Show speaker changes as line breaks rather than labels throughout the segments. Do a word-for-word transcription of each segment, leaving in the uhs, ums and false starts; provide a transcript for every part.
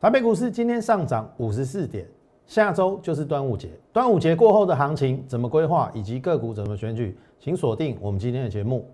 台北股市今天上涨五十四点，下周就是端午节，端午节过后的行情怎么规划，以及个股怎么选举，请锁定我们今天的节目。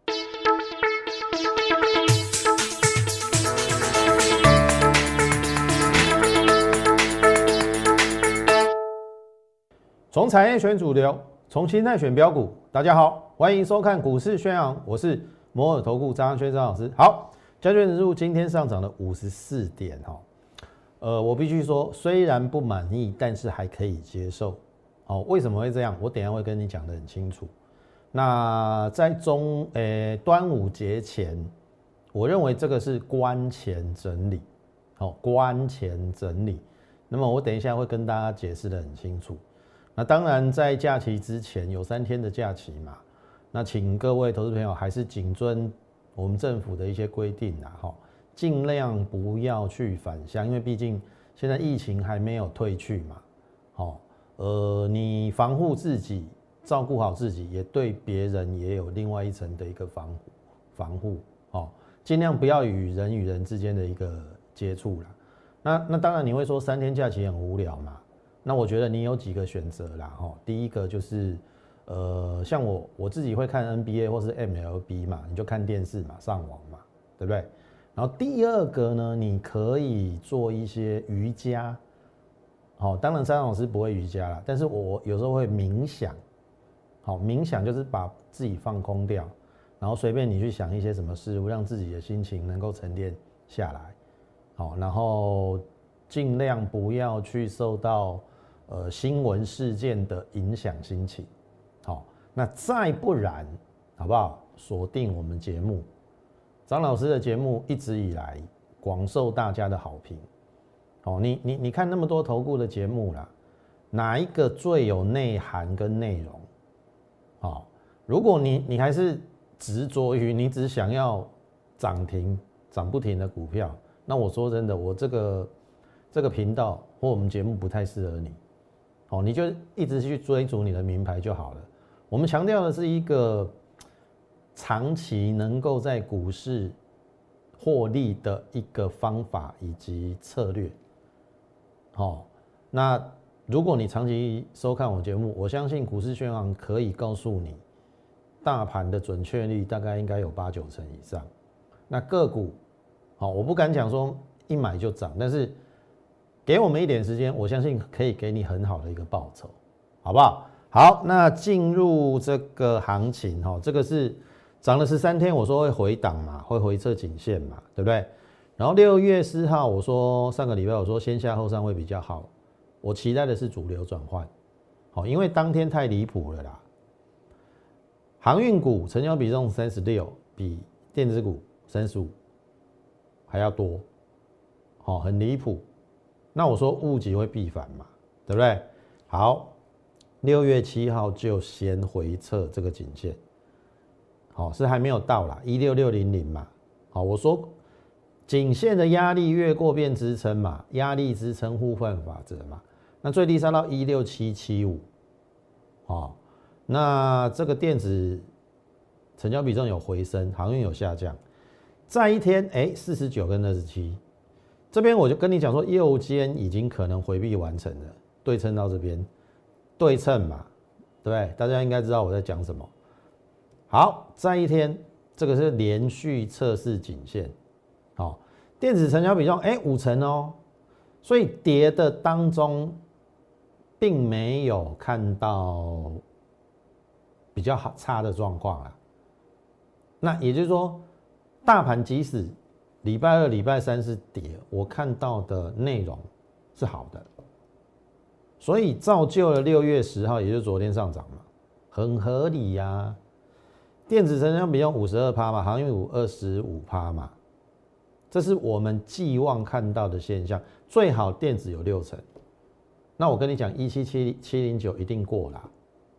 从产业选主流，从心态选标股。大家好，欢迎收看股市宣扬，我是摩尔投顾张安轩张老师。好，加权指数今天上涨了五十四点哈。呃，我必须说，虽然不满意，但是还可以接受。哦，为什么会这样？我等一下会跟你讲得很清楚。那在中诶端午节前，我认为这个是关前整理，好、哦，关前整理。那么我等一下会跟大家解释得很清楚。那当然，在假期之前有三天的假期嘛，那请各位投资朋友还是谨遵我们政府的一些规定啊，哈。尽量不要去返乡，因为毕竟现在疫情还没有退去嘛。好，呃，你防护自己，照顾好自己，也对别人也有另外一层的一个防护防护。哦，尽量不要与人与人之间的一个接触啦。那那当然你会说三天假期很无聊嘛？那我觉得你有几个选择啦。哈，第一个就是呃，像我我自己会看 N B A 或是 M L B 嘛，你就看电视嘛，上网嘛，对不对？然后第二个呢，你可以做一些瑜伽，好，当然张老师不会瑜伽啦，但是我有时候会冥想，好，冥想就是把自己放空掉，然后随便你去想一些什么事物，让自己的心情能够沉淀下来，好，然后尽量不要去受到呃新闻事件的影响心情，好，那再不然好不好？锁定我们节目。张老师的节目一直以来广受大家的好评，哦，你你你看那么多投顾的节目啦，哪一个最有内涵跟内容？哦，如果你你还是执着于你只想要涨停涨不停的股票，那我说真的，我这个这个频道或我们节目不太适合你，哦，你就一直去追逐你的名牌就好了。我们强调的是一个长期能够在股市获利的一个方法以及策略，哦，那如果你长期收看我节目，我相信股市宣扬可以告诉你，大盘的准确率大概应该有八九成以上。那个股，好，我不敢讲说一买就涨，但是给我们一点时间，我相信可以给你很好的一个报酬，好不好？好，那进入这个行情，哈，这个是。涨了十三天，我说会回档嘛，会回测颈线嘛，对不对？然后六月四号，我说上个礼拜我说先下后上会比较好，我期待的是主流转换，好，因为当天太离谱了啦。航运股成交比重三十六，比电子股三十五还要多，好，很离谱。那我说物极会必反嘛，对不对？好，六月七号就先回测这个颈线。好，是还没有到啦，一六六零零嘛。好，我说颈线的压力越过变支撑嘛，压力支撑互换法则嘛。那最低杀到一六七七五，好，那这个电子成交比重有回升，航运有下降。再一天，哎，四十九跟二十七，这边我就跟你讲说，右肩已经可能回避完成了，对称到这边，对称嘛，对不对？大家应该知道我在讲什么。好，再一天，这个是连续测试颈线，好，电子成交比重哎五成哦，所以跌的当中并没有看到比较好差的状况啊。那也就是说，大盘即使礼拜二、礼拜三是跌，我看到的内容是好的，所以造就了六月十号，也就是昨天上涨嘛，很合理呀、啊。电子成交比重 百分之五十二 嘛，航运股 百分之二十五 嘛，这是我们寄望看到的现象。最好电子有六成，那我跟你讲，一七七零九一定过啦。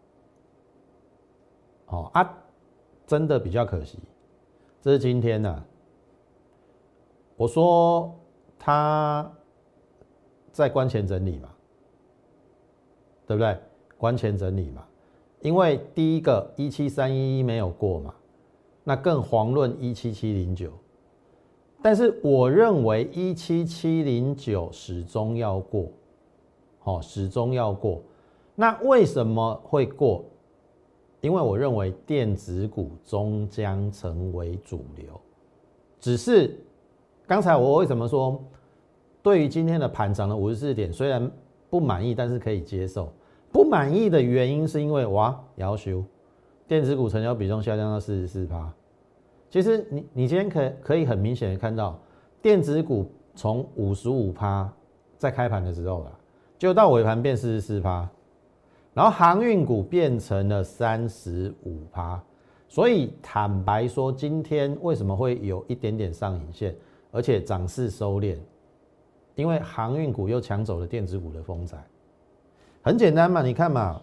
哦啊，真的比较可惜，这是今天呢、啊，我说它在关前整理嘛，对不对？关前整理嘛。因为第一个一七三一一没有过嘛，那更遑论一七七零九， 但是我认为一七七零九始终要过，哦，始终要过。那为什么会过？因为我认为电子股终将成为主流。只是刚才我为什么说，对于今天的盘涨了五十四点，虽然不满意，但是可以接受。不满意的原因是因为哇，要求电子股成交比重下降到 百分之四十四。其实你你今天可可以很明显的看到，电子股从 百分之五十五 在开盘的时候啦，就到尾盘变 百分之四十四， 然后航运股变成了 百分之三十五。 所以坦白说，今天为什么会有一点点上影线，而且涨势收敛？因为航运股又抢走了电子股的风采。很简单嘛，你看嘛，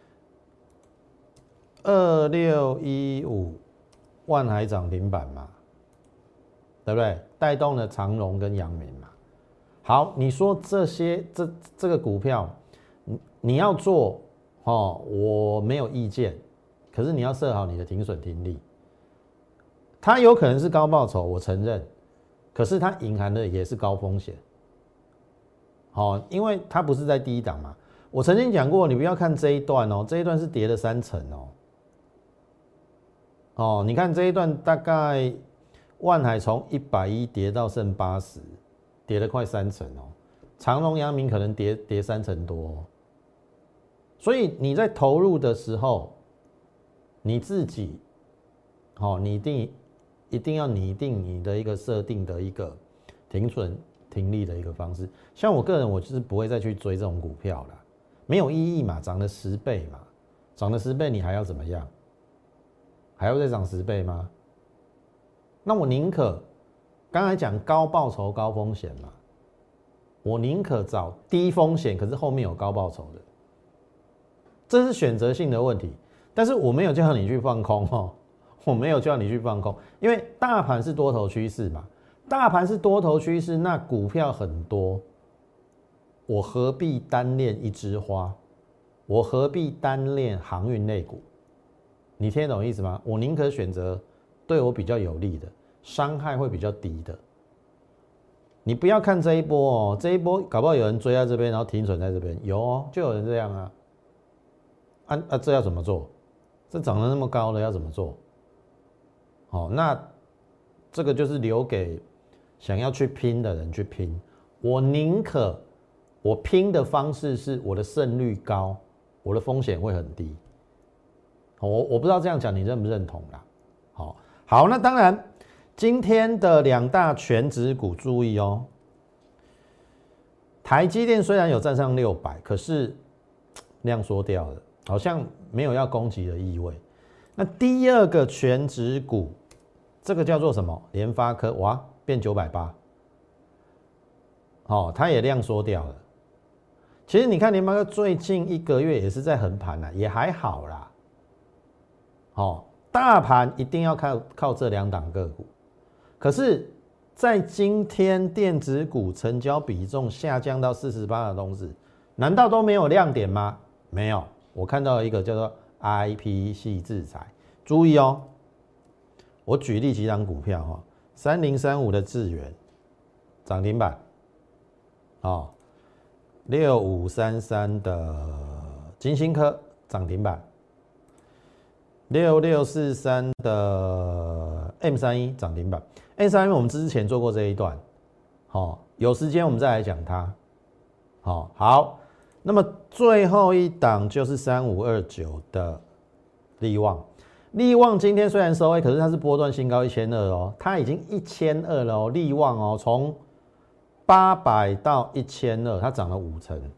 二六一五万海涨停板嘛，对不对？带动了长荣跟阳明嘛。好，你说这些这这个股票，你你要做哦，我没有意见，可是你要设好你的停损停利。它有可能是高报酬，我承认，可是它隐含的也是高风险。好，因为它不是在低档嘛。我曾经讲过，你不要看这一段哦，这一段是跌了三成哦。哦，你看这一段大概万海从一百一跌到剩八十，跌了快三成哦。长荣、阳明可能跌跌三成多哦。所以你在投入的时候，你自己，好、哦，你一定一定要拟定你的一个设定的一个停损停利的一个方式。像我个人，我就是不会再去追这种股票了，没有意义嘛，涨了十倍嘛，涨了十倍你还要怎么样？还要再涨十倍吗？那我宁可刚才讲高报酬高风险嘛，我宁可找低风险可是后面有高报酬的，这是选择性的问题。但是我没有叫你去放空哦，我没有叫你去放空，因为大盘是多头趋势嘛，大盘是多头趋势，那股票很多，我何必单恋一枝花？我何必单恋航运类股？你听得懂意思吗？我宁可选择对我比较有利的，伤害会比较低的。你不要看这一波哦，这一波搞不好有人追在这边，然后停损在这边，有哦，就有人这样啊。啊啊，这要怎么做？这涨得那么高了，要怎么做？好，那这个就是留给想要去拼的人去拼。我宁可我拼的方式是我的胜率高，我的风险会很低。我我不知道这样讲你认不认同啦。好，好，那当然，今天的两大全指股注意哦。台积电虽然有站上六百，可是量缩掉了，好像没有要攻击的意味。那第二个全指股，这个叫做什么？联发科，哇，变九百八，哦，它也量缩掉了。其实你看联发科最近一个月也是在横盘啦，也还好啦。哦，大盘一定要靠靠这两档个股，可是，在今天电子股成交比重下降到四十八的同时，难道都没有亮点吗？没有，我看到一个叫做 I P 矽智财，注意哦，我举例几档股票哈，三零三五的智原涨停板，哦，六五三三的金星科涨停板。六六四三的 M 三十一 涨停板 ，M 三十一 我们之前做过这一段，好、哦，有时间我们再来讲它。好、哦，好，那么最后一档就是三五二九的力旺，力旺今天虽然收 A， 可是它是波段新高一千二哦，它已经一千二了哦，力旺哦，从八百到一千二，它涨了五成。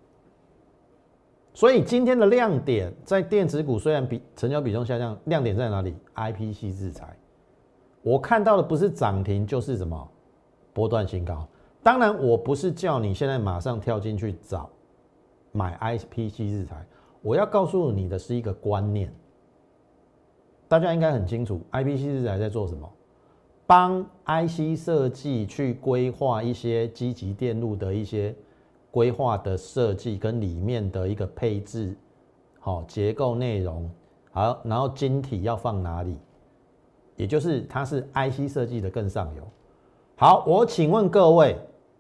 所以今天的亮点在电子股，虽然比成交比重下降，亮点在哪里 ？I P 矽智财，我看到的不是涨停就是什么波段新高。当然，我不是叫你现在马上跳进去找买 I P 矽智财，我要告诉你的是一个观念，大家应该很清楚 ，I P 矽智财在做什么，帮 I C 设计去规划一些积极电路的一些。规划的设计跟里面的一个配置，好结构内容，好，然后晶体要放哪里，也就是它是 I C 设计的更上游。 好，我请问各位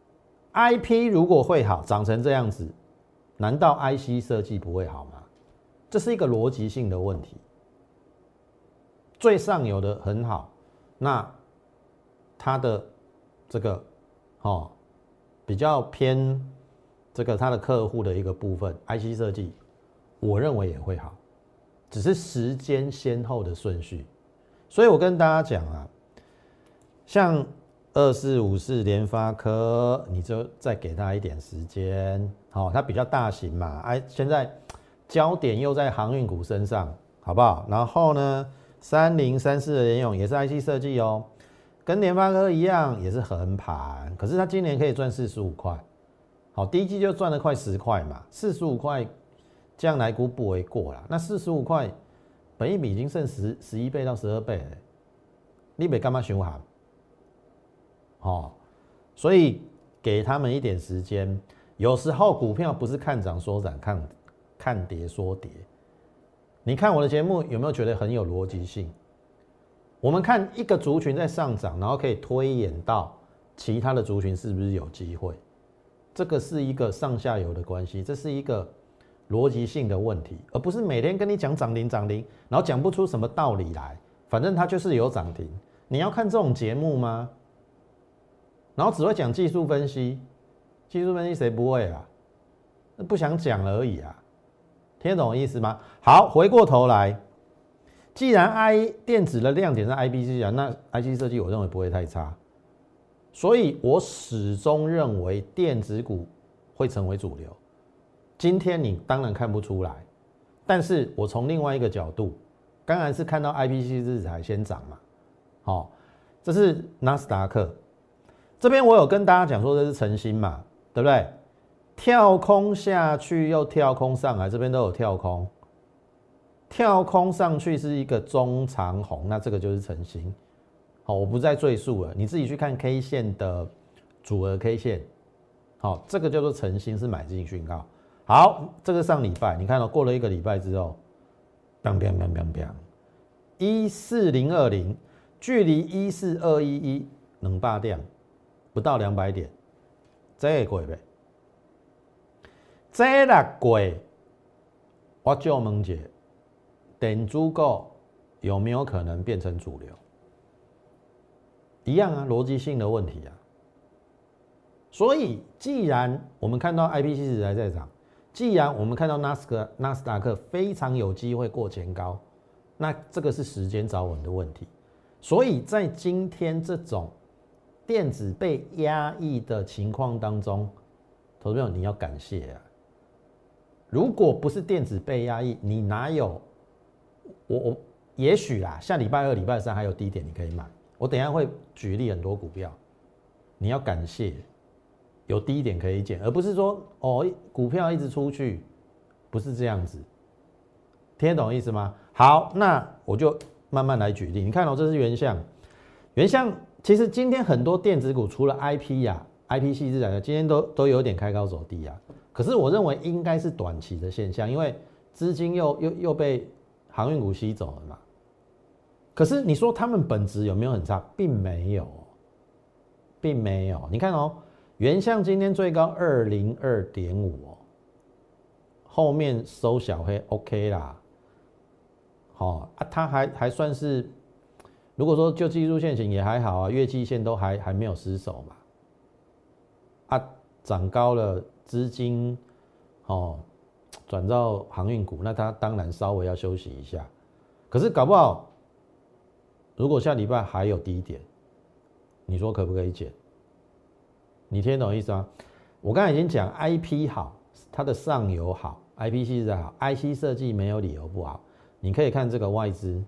，I P 如果会好，长成这样子，难道 I C 设计不会好吗？这是一个逻辑性的问题。最上游的很好，那它的这个哦比较偏这个它的客户的一个部分 ，I C 设计，我认为也会好，只是时间先后的顺序。所以我跟大家讲啊，像二四五四联发科，你就再给它一点时间，好、哦，它比较大型嘛，哎，现在焦点又在航运股身上，好不好？然后呢？三零三四的联咏也是 I C 设计哦，跟联发科一样也是横盘，可是它今年可以赚四十五块，好，第一季就赚了快十块嘛，四十五块这样来估不为过啦。那四十五块，本益比已经剩十十一倍到十二倍了，你别干嘛修行？哦，所以给他们一点时间，有时候股票不是看涨说涨，看看跌说跌。你看我的节目有没有觉得很有逻辑性？我们看一个族群在上涨，然后可以推演到其他的族群是不是有机会？这个是一个上下游的关系，这是一个逻辑性的问题，而不是每天跟你讲涨停涨停，然后讲不出什么道理来。反正它就是有涨停，你要看这种节目吗？然后只会讲技术分析，技术分析谁不会啊？不想讲而已啊。听得懂我意思吗？好，回过头来，既然 I 电子的亮点是 I P C 啊，那 I C 设计我认为不会太差，所以我始终认为电子股会成为主流。今天你当然看不出来，但是我从另外一个角度，当然是看到 I P C 日才先涨嘛。好、哦，这是纳斯达克这边我有跟大家讲说这是晨星嘛，对不对？跳空下去又跳空上来，这边都有跳空，跳空上去是一个中长红，那这个就是晨星。好，我不再赘述了，你自己去看 K 线的组合 K 线。好，这个叫做晨星，是买进讯号。好，这个上礼拜你看到、哦、过了一个礼拜之后 ，biang biang biang biang biang， 一四零二零距离一四二一一两百点不到两百点，这个过呗。这六月，我就问一下，电子股有没有可能变成主流？一样啊，逻辑性的问题啊。所以，既然我们看到 I P C 指还在涨，既然我们看到纳斯克纳斯达克非常有机会过前高，那这个是时间早晚的问题。所以在今天这种电子被压抑的情况当中，投资朋友你要感谢啊。如果不是电子被压抑，你哪有我我也许啦，下礼拜二、礼拜三还有低点你可以买。我等一下会举例很多股票，你要感谢有低点可以捡，而不是说哦股票一直出去，不是这样子。听得懂意思吗？好，那我就慢慢来举例。你看哦，这是原相，原相其实今天很多电子股除了 I P 呀、啊、I P 系之外的，今天都都有点开高走低啊。可是我认为应该是短期的现象，因为资金又又又被航运股吸走了嘛。可是你说他们本质有没有很差？并没有，并没有。你看哦，原相今天最高二零二点五哦，后面收小黑 OK 啦。好、哦、啊，它还还算是，如果说就技术线型也还好啊，月季线都还还没有失守嘛。啊，涨高了。资金哦转到航运股，那它当然稍微要休息一下。可是搞不好，如果下礼拜还有低点，你说可不可以减？你听得懂意思吗？我刚才已经讲 I P 好，它的上游好 ，I P C 是好 ，I C 设计没有理由不好。你可以看这个外资，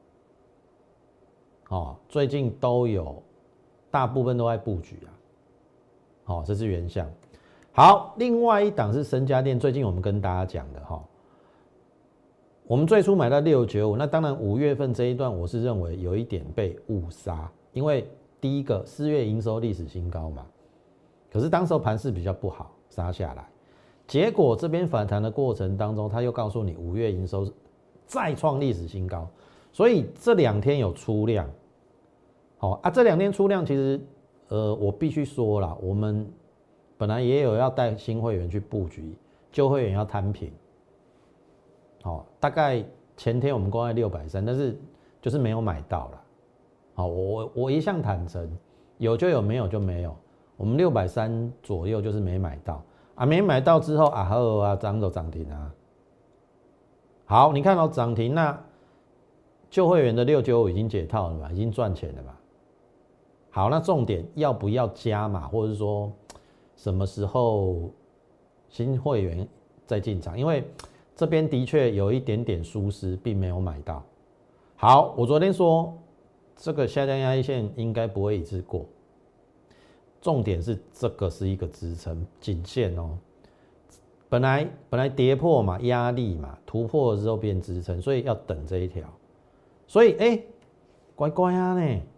哦，最近都有，大部分都在布局啊。好、哦，这是原相。好，另外一档是森家电，最近我们跟大家讲的哈，我们最初买到六九五，那当然五月份这一段我是认为有一点被误杀，因为第一个四月营收历史新高嘛，可是当时候盘势比较不好，杀下来，结果这边反弹的过程当中，他又告诉你五月营收再创历史新高，所以这两天有出量，好啊，这两天出量其实呃，我必须说啦，我们本来也有要带新会员去布局，旧会员要摊平。好、哦，大概前天我们挂在六百三，但是就是没有买到啦。好、哦，我我一向坦诚，有就有，没有就没有。我们六百三左右就是没买到啊，没买到之后啊，好啊，涨走涨停啊。好，你看到涨停，那旧会员的六九五已经解套了嘛，已经赚钱了嘛。好，那重点要不要加码，或者是说什么时候新会员再进场？因为这边的确有一点点疏失，并没有买到。好，我昨天说这个下降压力线应该不会一次过，重点是这个是一个支撑颈线哦。本来本来跌破嘛，压力嘛，突破的时候变支撑，所以要等这一条。所以哎、欸，乖乖啊呢，哎、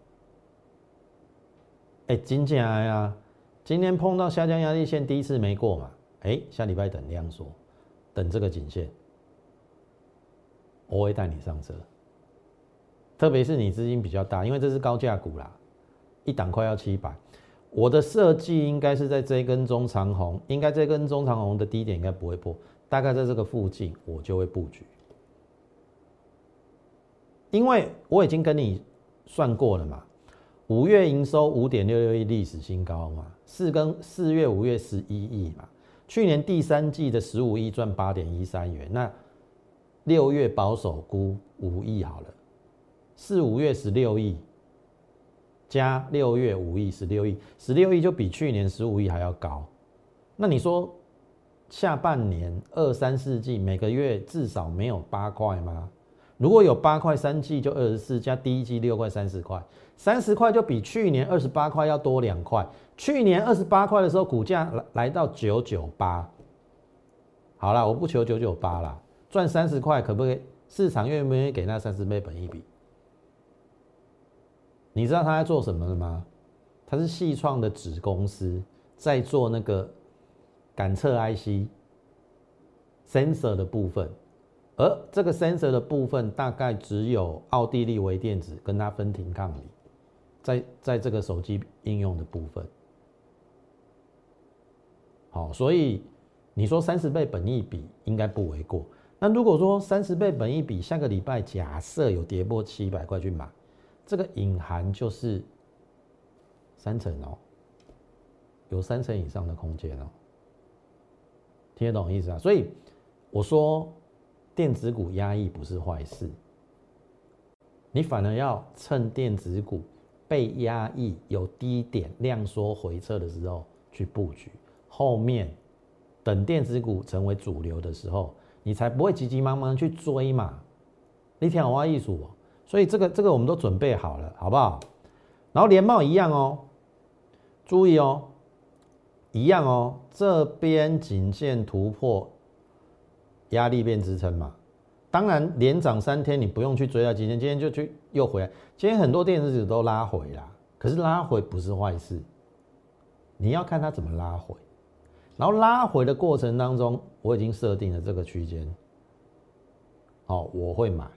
欸，真正的啊，今天碰到下降压力线第一次没过嘛，哎、欸，下礼拜等量缩，等这个颈线，我会带你上车。特别是你资金比较大，因为这是高价股啦，一档快要七百。我的设计应该是在这一根中长红，应该这根中长红的低点应该不会破，大概在这个附近我就会布局。因为我已经跟你算过了嘛，五月营收 五点六六亿历史新高嘛，四跟四月五月十一亿嘛，去年第三季的十五亿赚 八点一三元，那六月保守估五亿好了，四五月十六亿。加六月五亿，十六亿，十六亿就比去年十五亿还要高。那你说下半年二三四季每个月至少没有八块吗？如果有八块，三季就二十四，加第一季六块，三十块，三十块就比去年二十八块要多两块。去年二十八块的时候，股价来到九九八。好啦，我不求九九八啦，赚三十块可不可以？市场愿不愿意给那三十倍本益比？你知道他在做什么的吗？他是矽创的子公司，在做那个感测 I C sensor 的部分，而这个 sensor 的部分大概只有奥地利微电子跟它分庭抗礼，在在这个手机应用的部分。好，所以你说三十倍本益比应该不为过。那如果说三十倍本益比，下个礼拜假设有跌破七百块去买。这个隐含就是三成哦，有三成以上的空间哦，听得懂意思啊？所以我说电子股压抑不是坏事，你反而要趁电子股被压抑、有低点、量缩回撤的时候去布局，后面等电子股成为主流的时候，你才不会急急忙忙去追嘛。你听我意思哦。所以这个这个我们都准备好了，好不好？然后联茂一样哦，注意哦，一样哦，这边颈线突破，压力变支撑嘛。当然连涨三天，你不用去追到今天，今天就去又回来。今天很多电子股都拉回啦，可是拉回不是坏事，你要看它怎么拉回。然后拉回的过程当中，我已经设定了这个区间，好，我会买。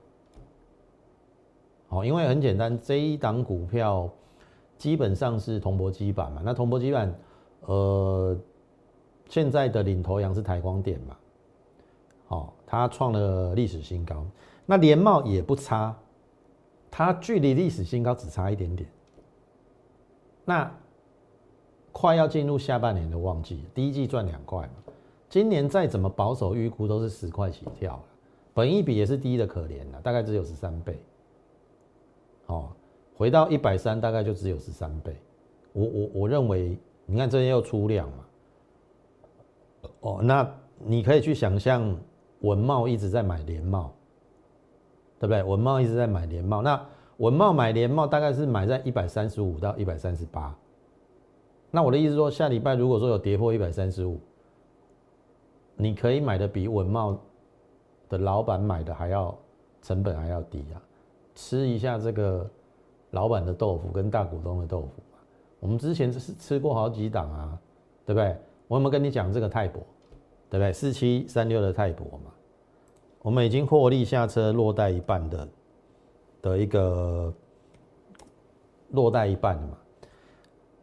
因为很简单，这一档股票基本上是铜箔基板嘛，那铜箔基板，呃，现在的领头羊是台光电嘛，哦，它创了历史新高，那联茂也不差，它距离历史新高只差一点点，那快要进入下半年的旺季，第一季赚两块嘛，今年再怎么保守预估都是十块起跳了，本益比也是低的可怜了，大概只有十三倍。哦，回到一百三大概就只有十三倍，我我我认为，你看这边又出量嘛，哦，那你可以去想象文茂一直在买联茂，对不对？文茂一直在买联茂，那文茂买联茂大概是买在一百三十五到一百三十八，那我的意思说，下礼拜如果说有跌破一百三十五，你可以买的比文茂的老板买的还要成本还要低啊。吃一下这个老板的豆腐跟大股东的豆腐嘛，我们之前是吃过好几档啊，对不对？我有没有跟你讲这个泰博，对不对？四七三六的泰博嘛，我们已经获利下车落袋一半的的一个落袋一半了嘛。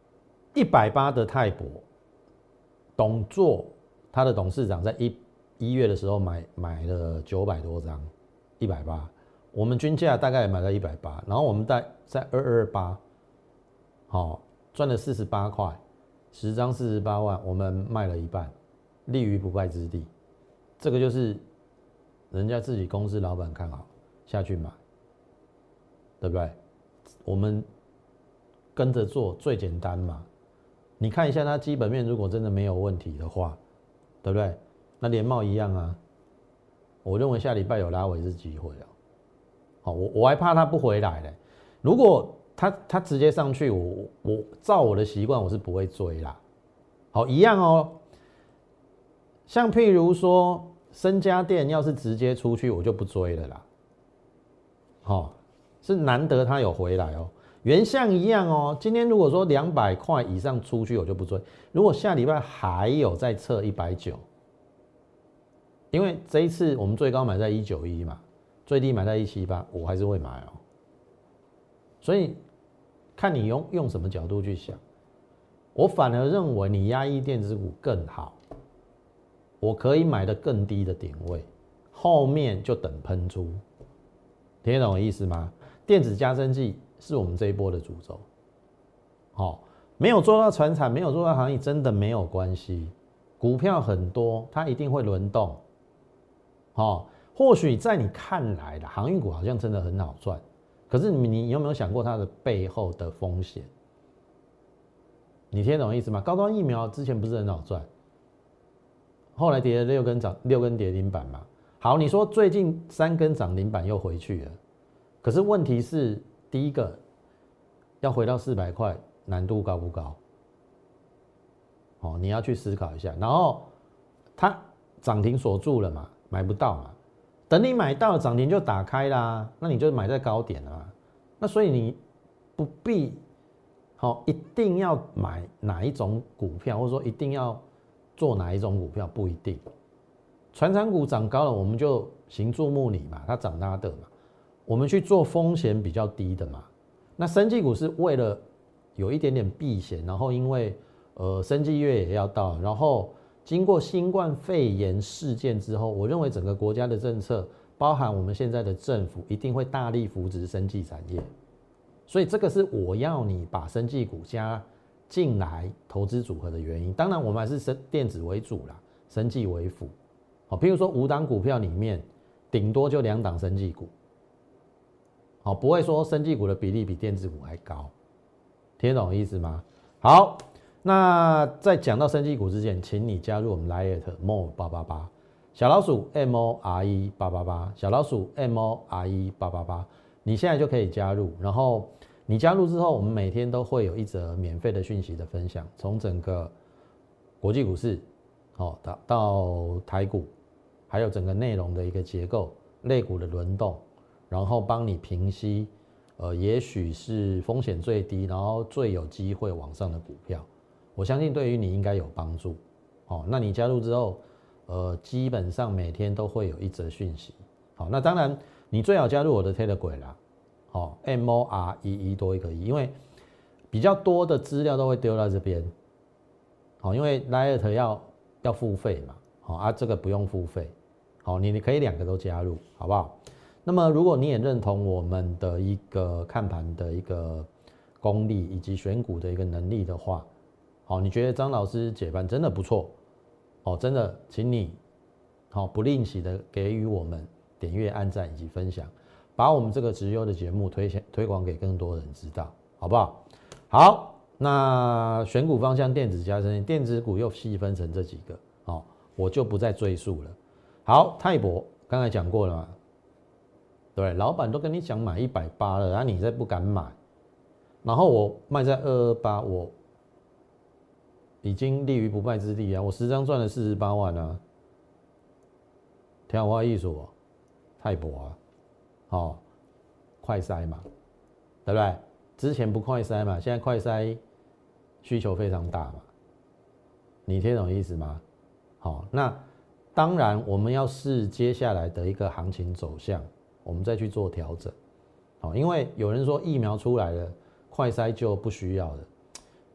一百八的泰博，董座他的董事长在一一月的时候买买了九百多张，一百八，我们均价大概也买到一百八，然后我们在在二二八，好赚了四十八块，十张四十八万，我们卖了一半，立于不败之地。这个就是人家自己公司老板看好下去买，对不对？我们跟着做最简单嘛。你看一下它基本面，如果真的没有问题的话，对不对？那联茂一样啊。我认为下礼拜有拉尾是机会啊。好，我我还怕它不回来嘞。如果它它直接上去，我我照我的习惯我是不会追啦。好，一样哦。像譬如说身家电要是直接出去，我就不追了啦。好，是难得它有回来哦。原相一样哦。今天如果说两百块以上出去，我就不追。如果下礼拜还有再测一百九，因为这一次我们最高买在一九一嘛，最低买在一七八，我还是会买哦。所以看你用用什么角度去想，我反而认为你压抑电子股更好，我可以买的更低的点位，后面就等喷出，听得懂我意思吗？电子加生技是我们这一波的主轴，好、哦，没有做到传产，没有做到行业，真的没有关系。股票很多，它一定会轮动，哦，或许在你看来的航运股好像真的很好赚，可是你你有没有想过它的背后的风险？你听得懂意思吗？高端疫苗之前不是很好赚，后来跌了六根涨六根跌停板嘛。好，你说最近三根涨停板又回去了，可是问题是，第一个要回到四百块，难度高不高？哦，你要去思考一下。然后它涨停锁住了嘛，买不到嘛。等你买到了涨停就打开啦，那你就买在高点了嘛。那所以你不必，好、哦，一定要买哪一种股票，或者说一定要做哪一种股票，不一定。传产股涨高了，我们就行注目礼嘛，它涨它的嘛，我们去做风险比较低的嘛。那生技股是为了有一点点避险，然后因为呃生技月也要到，然后经过新冠肺炎事件之后，我认为整个国家的政策，包含我们现在的政府，一定会大力扶植生技产业。所以这个是我要你把生技股加进来投资组合的原因。当然，我们还是生电子为主啦，生技为辅。好，譬如说五档股票里面，顶多就两档生技股，好，不会说生技股的比例比电子股还高，听得懂意思吗？好，那在讲到生技股之前，请你加入我们 Lite More 八八八小老鼠 M O R E 八八八小老鼠 M O R E 八八八，你现在就可以加入。然后你加入之后，我们每天都会有一则免费的讯息的分享，从整个国际股市，好到到台股。还有整个内容的一个结构，类股的轮动，然后帮你平息，呃，也许是风险最低，然后最有机会往上的股票，我相信对于你应该有帮助。好，那你加入之后，呃，基本上每天都会有一则讯息。好，那当然你最好加入我的 Telegram 啦，好 ，M O R E E 多一个一，因为比较多的资料都会丢到这边。好，因为 Lite 要要付费嘛，好啊，这个不用付费。好，你你可以两个都加入，好不好？那么如果你也认同我们的一个看盘的一个功力以及选股的一个能力的话，好，你觉得张老师解盘真的不错，哦，真的，请你好不吝惜的给予我们点阅、按赞以及分享，把我们这个直优的节目推推广给更多人知道，好不好？好，那选股方向电子加生，电子股又细分成这几个，哦，我就不再赘述了。好，泰博刚才讲过了嘛，对，老板都跟你讲买一百八了，然后你再不敢买，然后我卖在二二八，我已经立于不败之地啊，我十张赚了四十八万啊，听我意思哦，泰博啊，哦，快筛嘛，对不对？之前不快筛嘛，现在快筛需求非常大嘛，你听懂意思吗？好，那。当然，我们要视接下来的一个行情走向，我们再去做调整。好，因为有人说疫苗出来了，快筛就不需要了。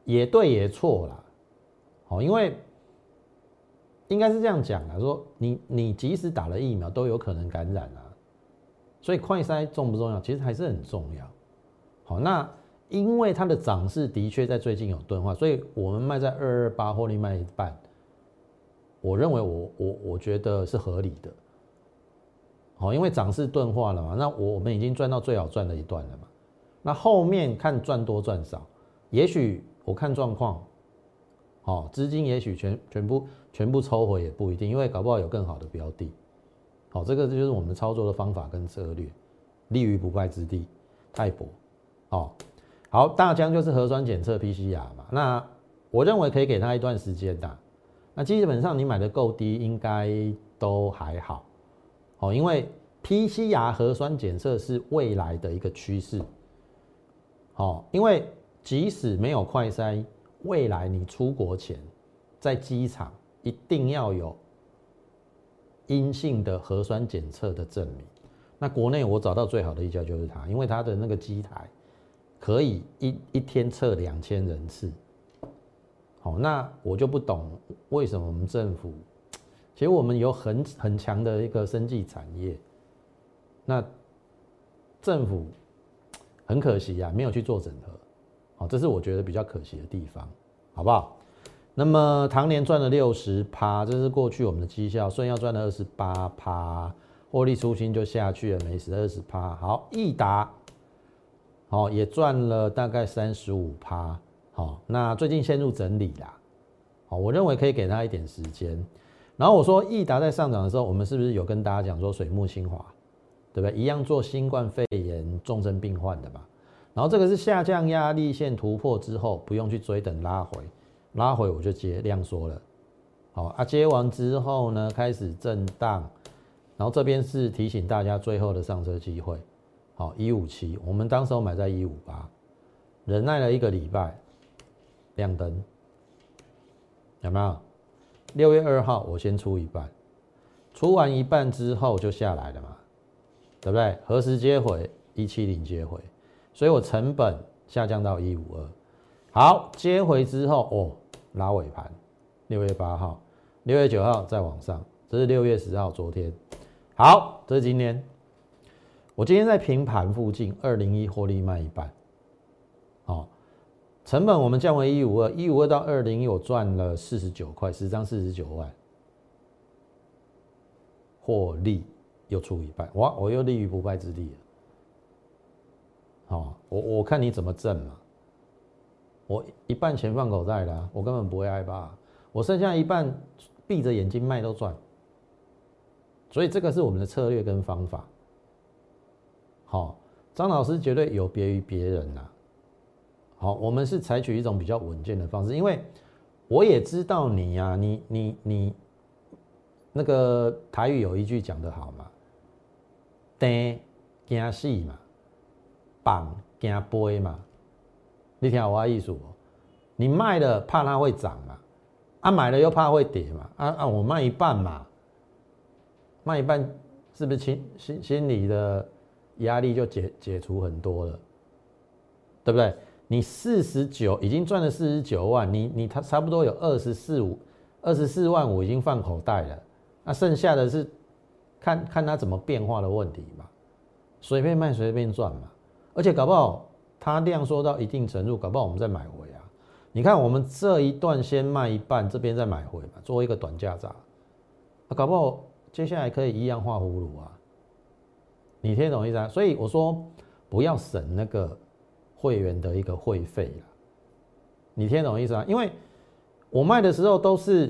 也对也错啦，好，因为应该是这样讲啦，说你你即使打了疫苗都有可能感染啊，所以快筛重不重要？其实还是很重要。好，那因为它的涨势的确在最近有钝化，所以我们卖在二二八，获利卖一半，我认为我我我觉得是合理的。好，因为涨势钝化了嘛，那我们已经赚到最好赚的一段了嘛，那后面看赚多赚少，也许我看状况，好，资金也许全全部全部抽回也不一定，因为搞不好有更好的标的。好，这个就是我们操作的方法跟策略，立于不败之地，泰博。好，好，大疆就是核酸检测 P C R 嘛，那我认为可以给他一段时间的，那基本上你买的够低，应该都还好。好，因为 P C R 核酸检测是未来的一个趋势。好，因为即使没有快筛，未来你出国前在机场一定要有阴性的核酸检测的证明。那国内我找到最好的一家就是它，因为它的那个机台可以一一天测两千人次。好，那我就不懂为什么我们政府。其实我们有很很强的一个生技产业，那政府很可惜啊，没有去做整合，好，这是我觉得比较可惜的地方，好不好？那么唐年赚了六十趴，这是过去我们的绩效，顺耀赚了二十八趴，获利出清就下去了，没事，二十趴。好，益达，好也赚了大概三十五趴，好，那最近陷入整理啦，好，我认为可以给他一点时间。然后我说益达在上涨的时候，我们是不是有跟大家讲说水木清华，对不对？一样做新冠肺炎重症病患的嘛。然后这个是下降压力线突破之后，不用去追等拉回，拉回我就接量缩了。好啊，接完之后呢，开始震荡，然后这边是提醒大家最后的上车机会。好，一五七，我们当时候买在一五八，忍耐了一个礼拜，亮灯，有没有？六月二号我先出一半，出完一半之后就下来了嘛，对不对？何时接回？一七零接回，所以我成本下降到一五二。好，接回之后哦，拉尾盘，六月八号、六月九号再往上，这是六月十号，昨天。好，这是今天。我今天在平盘附近，二零一获利卖一半，好。成本我们降为一五二，一五二到二零一，我赚了四十九块，十张四十九万，获利又出一半，哇，我又立于不败之地了。好，我我看你怎么挣嘛，我一半钱放口袋啦、啊，我根本不会害怕，我剩下一半闭着眼睛卖都赚，所以这个是我们的策略跟方法。好，张老师绝对有别于别人啦、啊。好，我们是采取一种比较稳健的方式，因为我也知道你呀、啊，你你你那个台语有一句讲得好嘛，跌惊死嘛，绑惊飞嘛，你听我的意思不？你卖了怕它会涨嘛，啊买了又怕会跌嘛，啊啊我卖一半嘛，卖一半是不是心心心理的压力就解解除很多了，对不对？你四十九已经赚了四十九万，你你差差不多有二十四五二十四万五已经放口袋了，那剩下的是看看它怎么变化的问题嘛，随便卖随便赚嘛，而且搞不好它量缩到一定程度，搞不好我们再买回啊。你看我们这一段先卖一半，这边再买回嘛，做一个短价差，啊，搞不好接下来可以一样画葫芦啊。你听懂意思啊？所以我说不要省那个会员的一个会费啦，你听懂意思啊？因为我卖的时候都是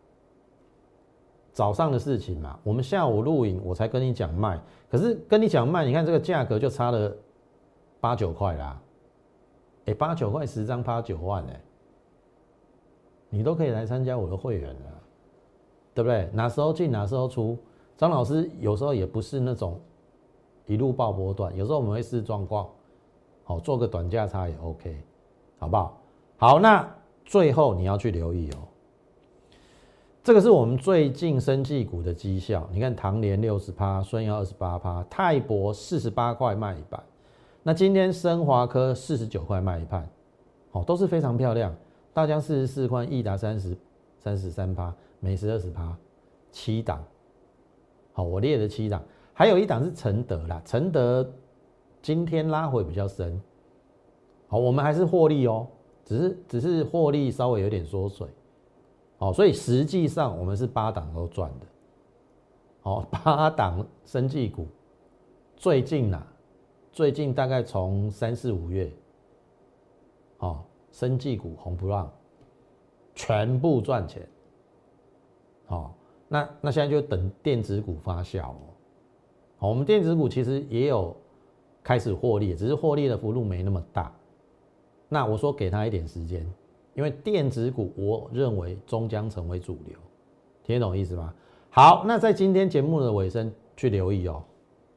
早上的事情嘛，我们下午录影我才跟你讲卖，可是跟你讲卖，你看这个价格就差了八九块啦，哎，八九块十张八九万哎、欸，你都可以来参加我的会员了，对不对？哪时候进哪时候出，张老师有时候也不是那种一路爆波段，有时候我们会视状况。好，做个短价差也 OK， 好不好？好，那最后你要去留意哦，这个是我们最近生技股的绩效。你看唐联六十趴，顺耀二十八趴，泰博四十八块卖一半。那今天升华科四十九块卖一半， 哦，都是非常漂亮。大江四十四块，益达三十三十三趴，美食二十趴，七档。好，我列的七档，还有一档是承德啦，承德今天拉回比较深。好，我们还是获利哦，只是只是获利稍微有点缩水。好，所以实际上我们是八档都赚的。好，八档生技股，最近啊，最近大概从三四五月，哦，生技股红不让，全部赚钱。好，那那现在就等电子股发酵哦。好，我们电子股其实也有开始获利，只是获利的幅度没那么大。那我说给他一点时间，因为电子股我认为终将成为主流，听得懂意思吗？好，那在今天节目的尾声去留意哦，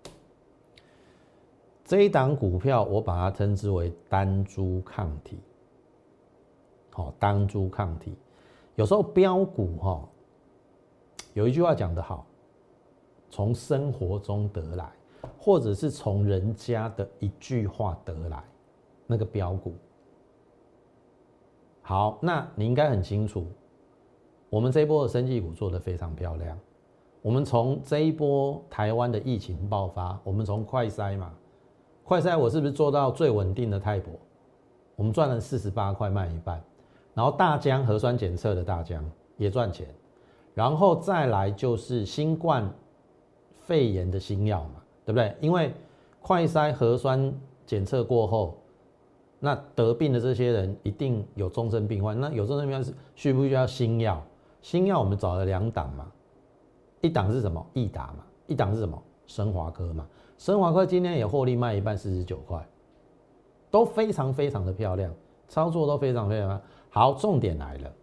这一档股票我把它称之为单株抗体。好，单株抗体，有时候标股哈、哦，有一句话讲得好，从生活中得来，或者是从人家的一句话得来，那个标股。好，那你应该很清楚，我们这一波的生技股做得非常漂亮。我们从这一波台湾的疫情爆发，我们从快筛嘛，快筛我是不是做到最稳定的泰博？我们赚了四十八块，卖一半。然后大江核酸检测的大江也赚钱，然后再来就是新冠肺炎的新药嘛，对不对？因为快筛核酸检测过后，那得病的这些人一定有重症病患，那有重症病患是需不需要新药？新药我们找了两档嘛，一档是什么？益达嘛，一档是什么？生华科嘛。生华科今天也获利卖一半，四十九块，都非常非常的漂亮，操作都非常非常漂亮。好，重点来了。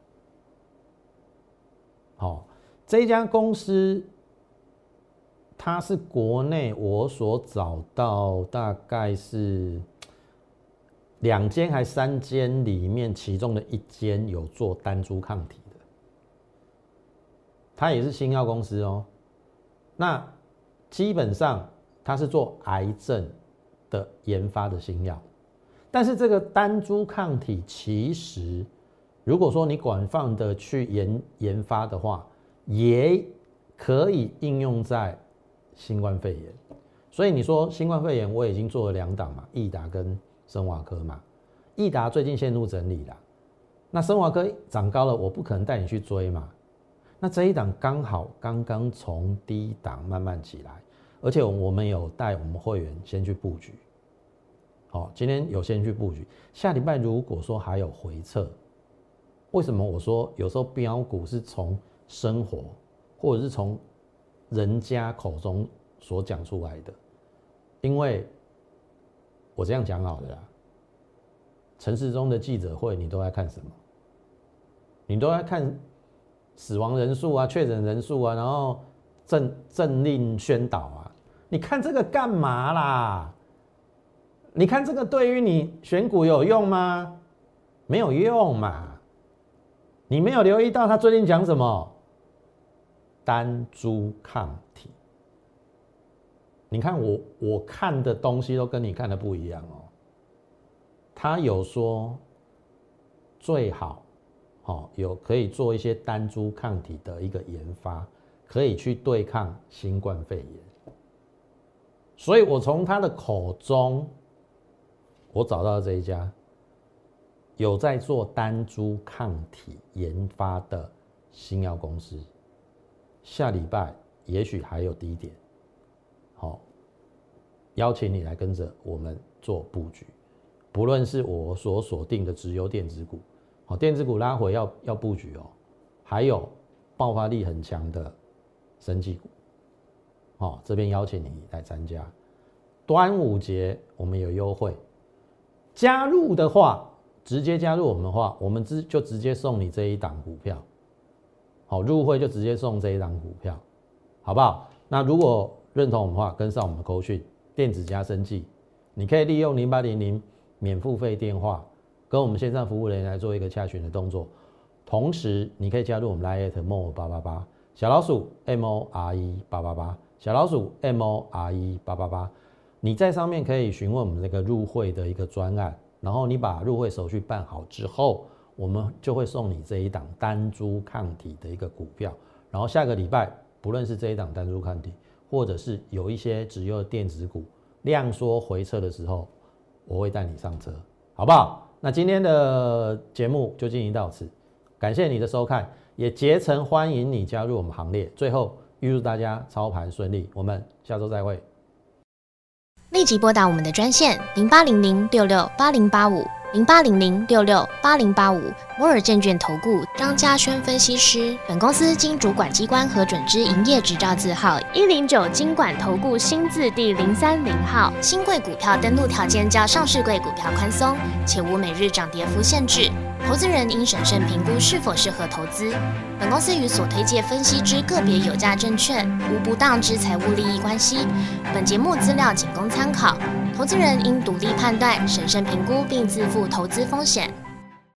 好，这家公司它是国内我所找到大概是两间还三间里面其中的一间有做单株抗体的，它也是新药公司哦。那基本上它是做癌症的研发的新药，但是这个单株抗体其实如果说你广泛的去 研, 研发的话，也可以应用在新冠肺炎。所以你说新冠肺炎我已经做了两档嘛，益达跟生华科嘛。益达最近陷入整理啦，那生华科涨高了，我不可能带你去追嘛。那这一档刚好刚刚从低档慢慢起来，而且我们有带我们会员先去布局。好，今天有先去布局，下礼拜如果说还有回撤。为什么我说有时候标股是从生活或者是从人家口中所讲出来的？因为我这样讲好了啦，陈时中的记者会你都在看什么？你都在看死亡人数啊、确诊人数啊，然后政政令宣导啊，你看这个干嘛啦？你看这个对于你选股有用吗？没有用嘛。你没有留意到他最近讲什么？单株抗体。你看我我看的东西都跟你看的不一样哦。他有说最好，哦，有可以做一些单株抗体的一个研发，可以去对抗新冠肺炎。所以我从他的口中，我找到这一家。有在做单株抗体研发的新药公司，下礼拜也许还有低点，好，邀请你来跟着我们做布局，不论是我所锁定的直优电子股，好，电子股拉回要要布局哦，还有爆发力很强的生技股，好，这边邀请你来参加。端午节我们有优惠，加入的话。直接加入我们的话，我们就直接送你这一档股票，好，入会就直接送这一档股票，好不好？那如果认同我们的话，跟上我们的扣讯，电子加生技，你可以利用零八零零免付费电话，跟我们线上服务人员来做一个洽询的动作。同时，你可以加入我们 Line at more 八八八小老鼠 M O R E 八八八小老鼠 M O R E 八八八，你在上面可以询问我们这个入会的一个专案。 然后你把入会手续办好之后，我们就会送你这一档单株抗体的一个股票。然后下个礼拜，不论是这一档单株抗体，或者是有一些直优的电子股量缩回撤的时候，我会带你上车，好不好？那今天的节目就进行到此，感谢你的收看，也竭诚欢迎你加入我们行列。最后预祝大家操盘顺利，我们下周再会。
立即拨打我们的专线零八零零六六八零八五零八零零六六八零八五摩尔证券投顾张嘉轩分析师。本公司经主管机关核准之营业执照字号一零九金管投顾新字第零三零号。新贵股票登录条件较上市贵股票宽松，且无每日涨跌幅限制。投资人应审慎评估是否适合投资。本公司与所推介分析之个别有价证券无不当之财务利益关系。本节目资料仅供参考，投资人应独立判断、审慎评估并自负投资风险。